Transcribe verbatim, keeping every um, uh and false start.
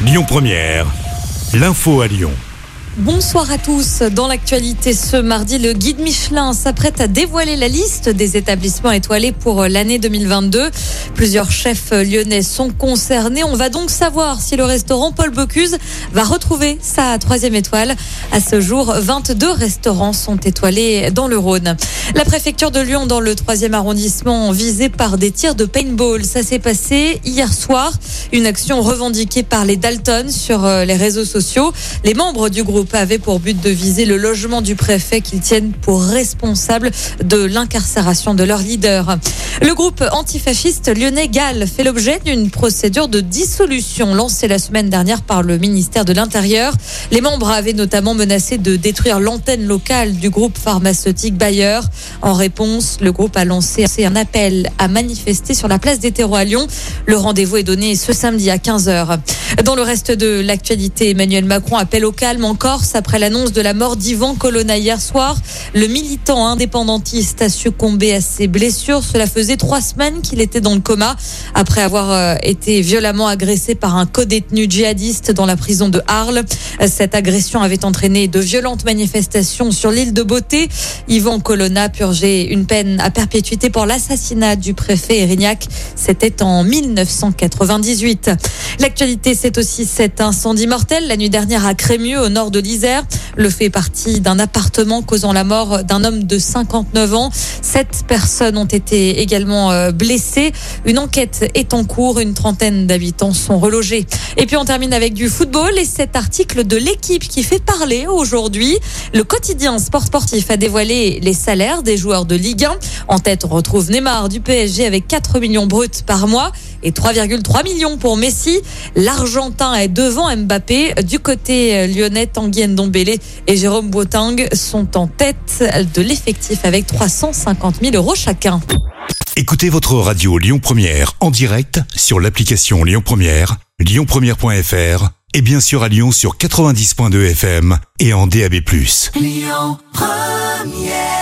Lyon Première, l'info à Lyon. Bonsoir à tous. Dans l'actualité ce mardi, le guide Michelin s'apprête à dévoiler la liste des établissements étoilés pour l'année deux mille vingt-deux. Plusieurs chefs lyonnais sont concernés. On va donc savoir si le restaurant Paul Bocuse va retrouver sa troisième étoile. À ce jour, vingt-deux restaurants sont étoilés dans le Rhône. La préfecture de Lyon, dans le troisième arrondissement, visée par des tirs de paintball. Ça s'est passé hier soir. Une action revendiquée par les Dalton sur les réseaux sociaux. Les membres du groupe avait pour but de viser le logement du préfet qu'ils tiennent pour responsable de l'incarcération de leur leader. Le groupe antifasciste lyonnais GAL fait l'objet d'une procédure de dissolution lancée la semaine dernière par le ministère de l'Intérieur. Les membres avaient notamment menacé de détruire l'antenne locale du groupe pharmaceutique Bayer. En réponse, le groupe a lancé un appel à manifester sur la place des terreaux à Lyon. Le rendez-vous est donné ce samedi à quinze heures. Dans le reste de l'actualité, Emmanuel Macron appelle au calme en Corse après l'annonce de la mort d'Ivan Colonna hier soir. Le militant indépendantiste a succombé à ses blessures. Cela faisait trois semaines qu'il était dans le coma après avoir été violemment agressé par un codétenu djihadiste dans la prison de Arles. Cette agression avait entraîné de violentes manifestations sur l'île de Beauté. Ivan Colonna purgeait une peine à perpétuité pour l'assassinat du préfet Erignac. C'était en mille neuf cent quatre-vingt-dix-huit. L'actualité, c'est aussi cet incendie mortel la nuit dernière à Crémieux, au nord de l'Isère. Le fait est parti d'un appartement causant la mort d'un homme de cinquante-neuf ans. Sept personnes ont été également blessées. Une enquête est en cours. Une trentaine d'habitants sont relogés. Et puis on termine avec du football et cet article de l'équipe qui fait parler aujourd'hui. Le quotidien Sport Sportif a dévoilé les salaires des joueurs de Ligue un. En tête, on retrouve Neymar du P S G avec quatre millions bruts par mois et trois virgule trois millions pour Messi. L'Argentin est devant Mbappé. Du côté lyonnais, Tanguy Ndombele et Jérôme Boateng sont en tête de l'effectif avec trois cent cinquante mille euros chacun. Écoutez votre radio Lyon Première en direct sur l'application Lyon Première, lyon première point f r et bien sûr à Lyon sur quatre-vingt-dix virgule deux F M et en D A B plus. Lyon Première.